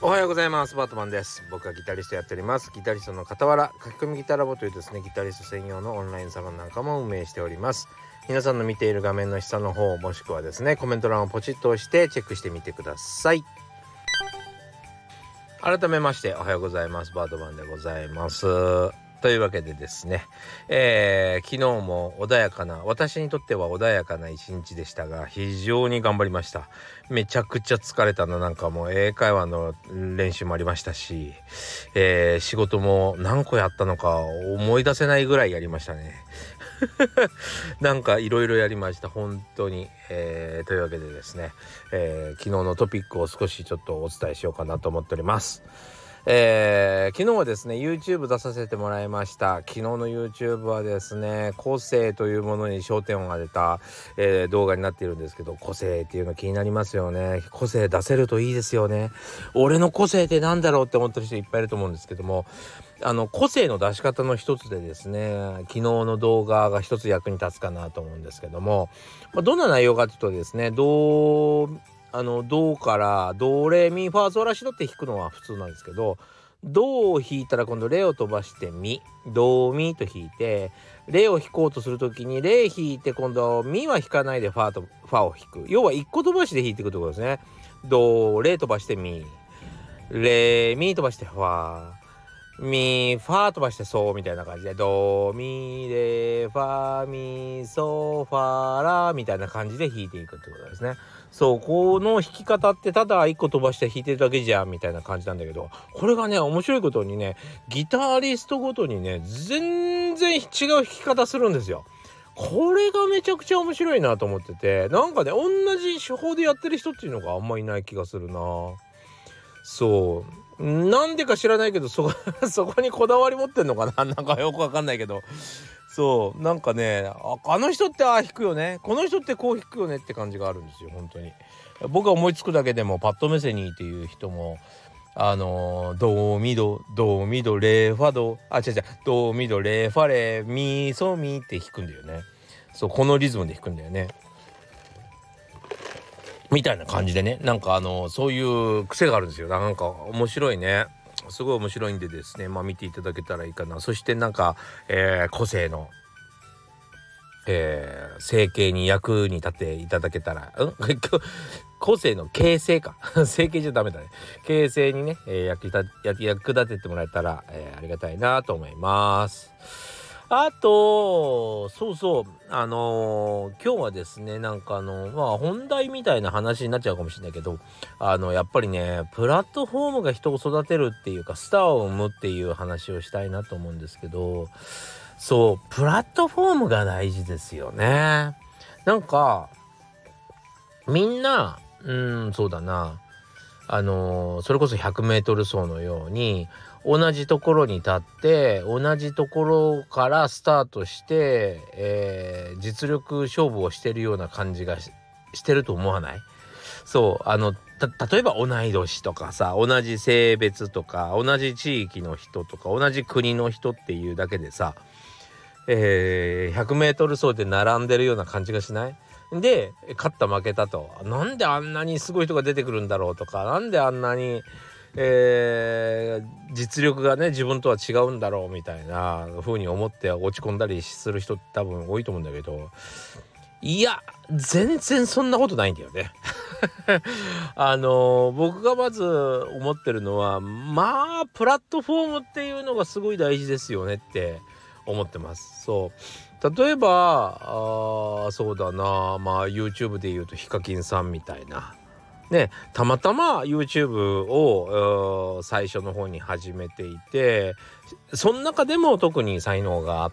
おはようございます。バートマンです。僕はギタリストやっております。ギタリストの傍ら、書き込みギターラボというですね、ギタリスト専用のオンラインサロンなんかも運営しております。皆さんの見ている画面の下の方、もしくはですね、コメント欄をポチッと押してチェックしてみてください。改めましておはようございます。バートマンでございます。というわけでですね、昨日も私にとっては穏やかな一日でしたが、非常に頑張りました。めちゃくちゃ疲れたの。なんかもう英会話の練習もありましたし、仕事も何個やったのか思い出せないぐらいやりましたね。なんかいろいろやりました本当に、というわけでですね、昨日のトピックを少しちょっとお伝えしようかなと思っております。昨日はですね YouTube 出させてもらいました。昨日の YouTube はですね、個性というものに焦点を当てた、動画になっているんですけど、個性っていうの気になりますよね。個性出せるといいですよね。俺の個性ってなんだろうって思ってる人いっぱいいると思うんですけども、個性の出し方の一つでですね、昨日の動画が一つ役に立つかなと思うんですけども、どんな内容かというとですね、ドからドレミファソラシドって弾くのは普通なんですけど、ドを弾いたら今度レを飛ばしてミ、ドミと弾いて、レを弾こうとするときにレ弾いて今度ミは弾かないでファを弾く。要は一個飛ばしで弾いていくってことですね。ドレ飛ばしてミ、レミ飛ばしてファ、ミファ飛ばしてソみたいな感じで、ドミレファミソファラみたいな感じで弾いていくってことですね。そう、この弾き方ってただ一個飛ばして弾いてるだけじゃんみたいな感じなんだけど、これがね面白いことにね、ギタリストごとにね全然違う弾き方するんですよ。これがめちゃくちゃ面白いなと思ってて、なんかね同じ手法でやってる人っていうのがあんまいない気がするな。そうなんでか知らないけどそこにこだわり持ってんのかな、なんかよくわかんないけど、そうなんかね、あの人って弾くよね、この人ってこう弾くよねって感じがあるんですよ本当に。僕が思いつくだけでもパッド・メセニーっていう人もドミドレファドドミドレファレミソミって弾くんだよね。そう、このリズムで弾くんだよねみたいな感じでね、なんかそういう癖があるんですよ。なんか面白いね、すごい面白いんでですね、見ていただけたらいいかな。そしてなんか、個性の、整形に役に立っていただけたら個性の形成か整形じゃダメだね、形成にね、役立ててもらえたら、ありがたいなと思います。あと今日はですね、なんか本題みたいな話になっちゃうかもしれないけど、やっぱりねプラットフォームが人を育てるっていうかスターを生むっていう話をしたいなと思うんですけど、そうプラットフォームが大事ですよね。なんかみんなそうだな、それこそ 100m 走のように同じところに立って同じところからスタートして、実力勝負をしてるような感じがしてると思わない？そう例えば同い年とかさ、同じ性別とか同じ地域の人とか同じ国の人っていうだけでさ、100m 走で並んでるような感じがしない？で勝った負けたと、なんであんなにすごい人が出てくるんだろうとか、なんであんなに、実力がね自分とは違うんだろうみたいな風に思って落ち込んだりする人って多分多いと思うんだけど、いや全然そんなことないんだよね。僕がまず思ってるのは、プラットフォームっていうのがすごい大事ですよねって思ってます。そう例えばそうだな、YouTube で言うとヒカキンさんみたいなね、たまたま YouTube を最初の方に始めていて、その中でも特に才能があって、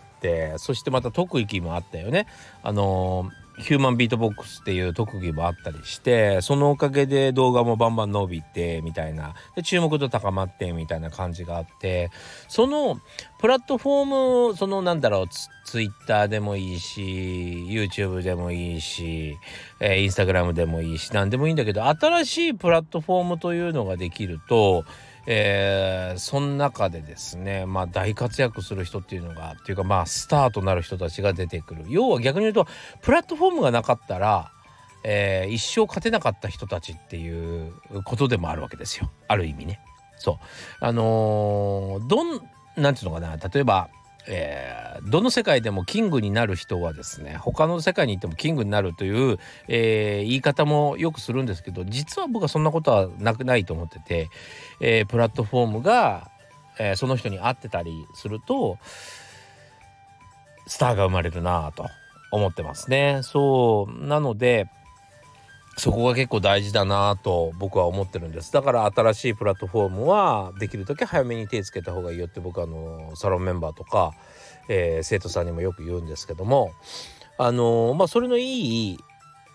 そしてまた特技もあったよね。ヒューマンビートボックスっていう特技もあったりして、そのおかげで動画もバンバン伸びてみたいな、で注目度高まってみたいな感じがあって、そのプラットフォーム、なんだろう、ツイッターでもいいし YouTube でもいいし、インスタグラムでもいいし、何でもいいんだけど、新しいプラットフォームというのができると、その中でですね、大活躍する人っていうのがっていうかスターとなる人たちが出てくる。要は逆に言うとプラットフォームがなかったら、 一生勝てなかった人たちっていうことでもあるわけですよ、ある意味ね。そうなんていうのかな、例えばどの世界でもキングになる人はですね、他の世界に行ってもキングになるという、言い方もよくするんですけど、実は僕はそんなことはないと思ってて、プラットフォームが、その人に合ってたりするとスターが生まれるなと思ってますね。そうなのでそこが結構大事だなと僕は思ってるんです。だから新しいプラットフォームはできるだけ早めに手つけた方がいいよって僕はサロンメンバーとか、生徒さんにもよく言うんですけども、それのいい、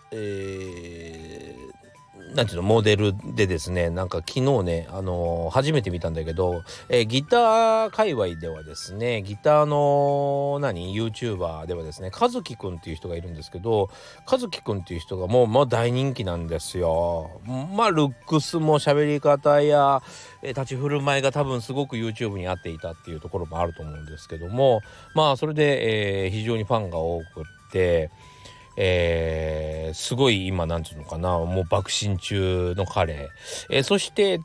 なんていうのモデルでですね、なんか昨日ね、初めて見たんだけど、ギター界隈ではですね、ギターのYouTuber ではですね、和樹くんっていう人がいるんですけど、和樹くんっていう人がもう大人気なんですよ。ルックスも喋り方や、立ち振る舞いが多分すごく YouTube に合っていたっていうところもあると思うんですけども、それで、非常にファンが多くって、すごい今なんていうのかな、もう爆心中の彼、そして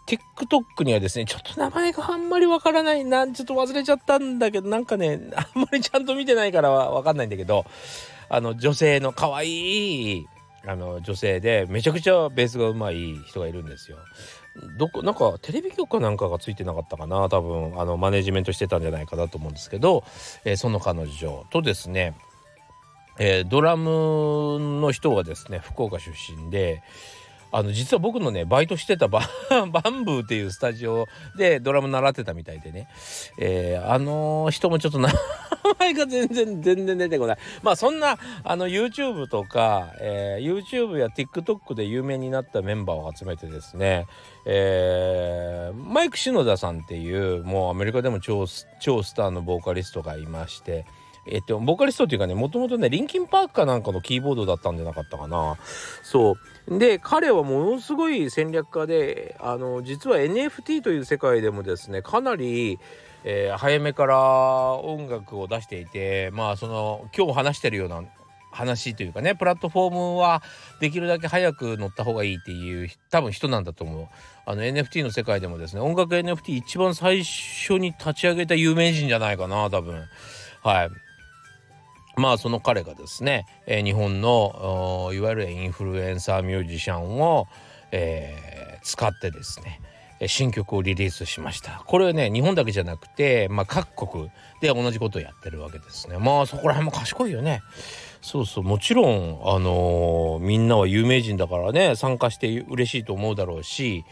TikTok にはですね、ちょっと名前があんまりわからないな、ちょっと忘れちゃったんだけど、なんかねあんまりちゃんと見てないからわかんないんだけど、女性の可愛い女性でめちゃくちゃベースが上手い人がいるんですよ。なんかテレビ局かなんかがついてなかったかな、多分マネジメントしてたんじゃないかなと思うんですけど、その彼女とですね、ドラムの人はですね福岡出身で、実は僕のねバイトしてたバンブーっていうスタジオでドラム習ってたみたいでね、人もちょっと名前が全然出てこない。そんなYouTube とか、YouTube や TikTok で有名になったメンバーを集めてですね、マイク篠田さんっていうもうアメリカでも超スターのボーカリストがいまして、ボーカリストっていうかね、もともとねリンキンパークかなんかのキーボードだったんじゃなかったかな。そうで彼はものすごい戦略家で、実は NFT という世界でもですねかなり、早めから音楽を出していて、今日話してるような話というかね、プラットフォームはできるだけ早く乗った方がいいっていう多分人なんだと思う。NFT の世界でもですね、音楽 NFT 一番最初に立ち上げた有名人じゃないかな多分。はい。その彼がですね、日本のいわゆるインフルエンサーミュージシャンを、使ってですね新曲をリリースしました。これはね日本だけじゃなくて、各国で同じことをやってるわけですね。そこら辺も賢いよね。そうもちろんみんなは有名人だからね参加して嬉しいと思うだろうし、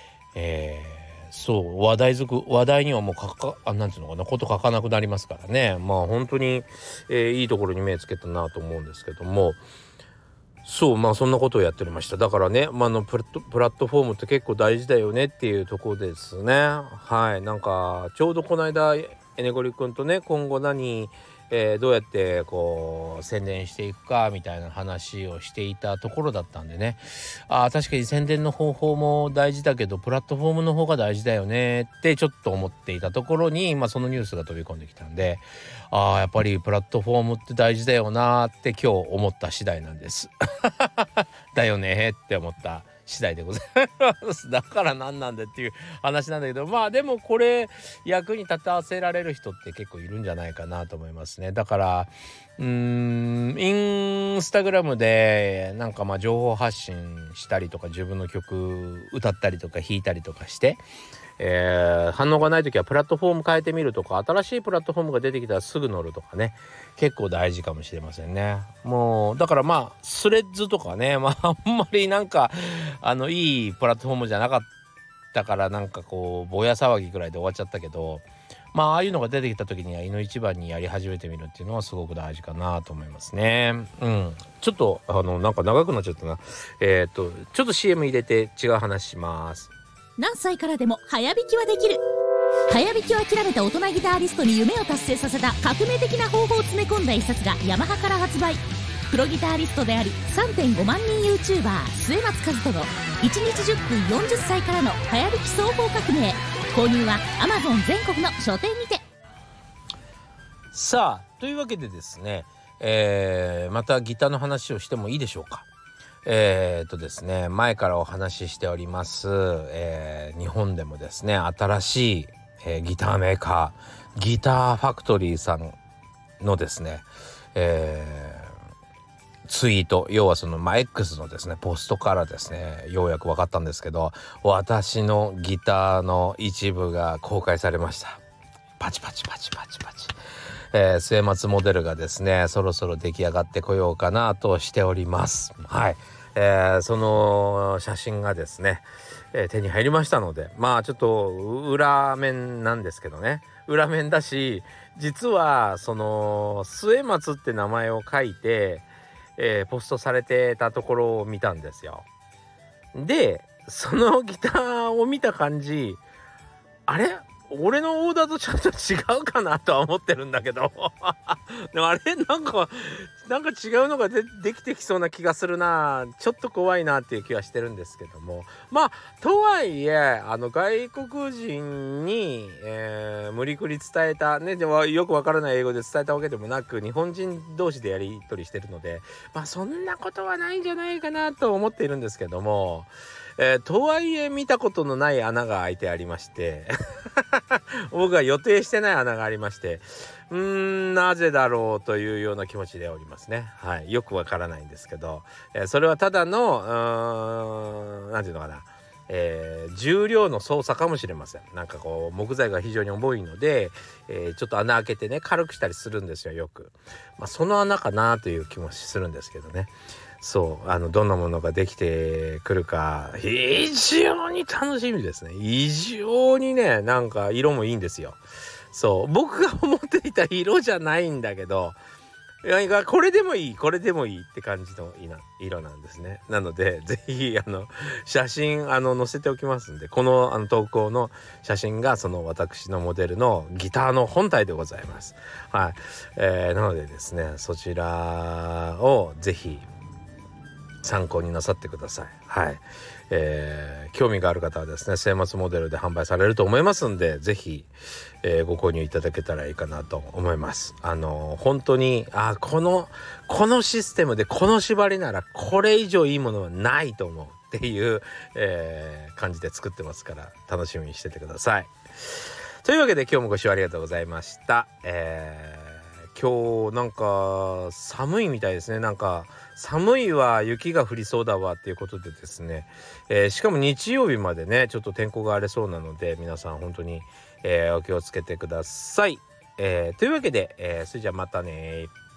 話題にはもうなんていうのかな、こと書かなくなりますからね。本当に、いいところに目つけたなと思うんですけども、そんなことをやっておりました。だからね、プラットフォームって結構大事だよねっていうところですね。はい。なんかちょうどこの間エネゴリ君とね、今後どうやってこう宣伝していくかみたいな話をしていたところだったんでね、確かに宣伝の方法も大事だけどプラットフォームの方が大事だよねってちょっと思っていたところに、そのニュースが飛び込んできたんで、やっぱりプラットフォームって大事だよなって今日思った次第なんですだよねって思った次第でございますだから何なんだっていう話なんだけど、でもこれ役に立たせられる人って結構いるんじゃないかなと思いますね。だからインスタグラムでなんか情報発信したりとか自分の曲歌ったりとか弾いたりとかして、反応がないときはプラットフォーム変えてみるとか、新しいプラットフォームが出てきたらすぐ乗るとかね、結構大事かもしれませんね。もうだからスレッズとかね、あんまりなんかいいプラットフォームじゃなかったからなんかこうぼや騒ぎくらいで終わっちゃったけど、ああいうのが出てきた時にはいの一番にやり始めてみるっていうのはすごく大事かなと思いますね。ちょっとなんか長くなっちゃったな。ちょっと CM 入れて違う話します。 何歳からでも早弾きはできる。早弾きを諦めた大人ギタリストに夢を達成させた革命的な方法を詰め込んだ一冊がヤマハから発売。プロギタリストであり 3.5 万人 YouTuber 末松和人の1日10分40歳からの早弾き双方革命。購入は Amazon 全国の書店にて。 さあというわけでですね、またギターの話をしてもいいでしょうか。 ですね、前からお話ししております、日本でもですね新しい、ギターメーカーギターファクトリーさんのですね、ツイート、要はそのX のですねポストからですねようやく分かったんですけど、私のギターの一部が公開されました。パチパチパチパチパチ、末松モデルがですねそろそろ出来上がってこようかなとしております。はい、その写真がですね、手に入りましたので、まあちょっと裏面なんですけどね、裏面だし、実はその末松って名前を書いて、ポストされてたところを見たんですよ。でそのギターを見た感じ、あれ俺のオーダーとちょっと違うかなとは思ってるんだけどでもあれなんか違うのができてきそうな気がするな、ちょっと怖いなっていう気はしてるんですけども、まあとはいえ外国人に、無理くり伝えたね、でもよくわからない英語で伝えたわけでもなく、日本人同士でやり取りしてるので、まあそんなことはないんじゃないかなと思っているんですけども、とはいえ見たことのない穴が開いてありまして僕が予定してない穴がありまして、なぜだろうというような気持ちでおりますね。はい、よくわからないんですけど、それはただのなんていうのかな、重量の操作かもしれません。なんかこう木材が非常に重いので、ちょっと穴開けてね軽くしたりするんですよ、よく。まあその穴かなという気もするんですけどね。そうどんなものができてくるか非常に楽しみですね。異常にね、なんか色もいいんですよ。そう僕が思っていた色じゃないんだけど、これでもいいって感じの色なんですね。なのでぜひ写真載せておきますんで、この投稿の写真がその私のモデルのギターの本体でございます。はい、なのでですね、そちらをぜひ参考になさってください。はい、興味がある方はですね末松モデルで販売されると思いますんで、ぜひ、ご購入いただけたらいいかなと思います。本当にこのシステムでこの縛りならこれ以上いいものはないと思うっていう、感じで作ってますから、楽しみにしててください。というわけで今日もご視聴ありがとうございました。今日なんか寒いみたいですね。なんか寒いわ、雪が降りそうだわっていうことでですね、しかも日曜日までねちょっと天候が荒れそうなので、皆さん本当に、お気をつけてください。というわけで、それじゃあまたね。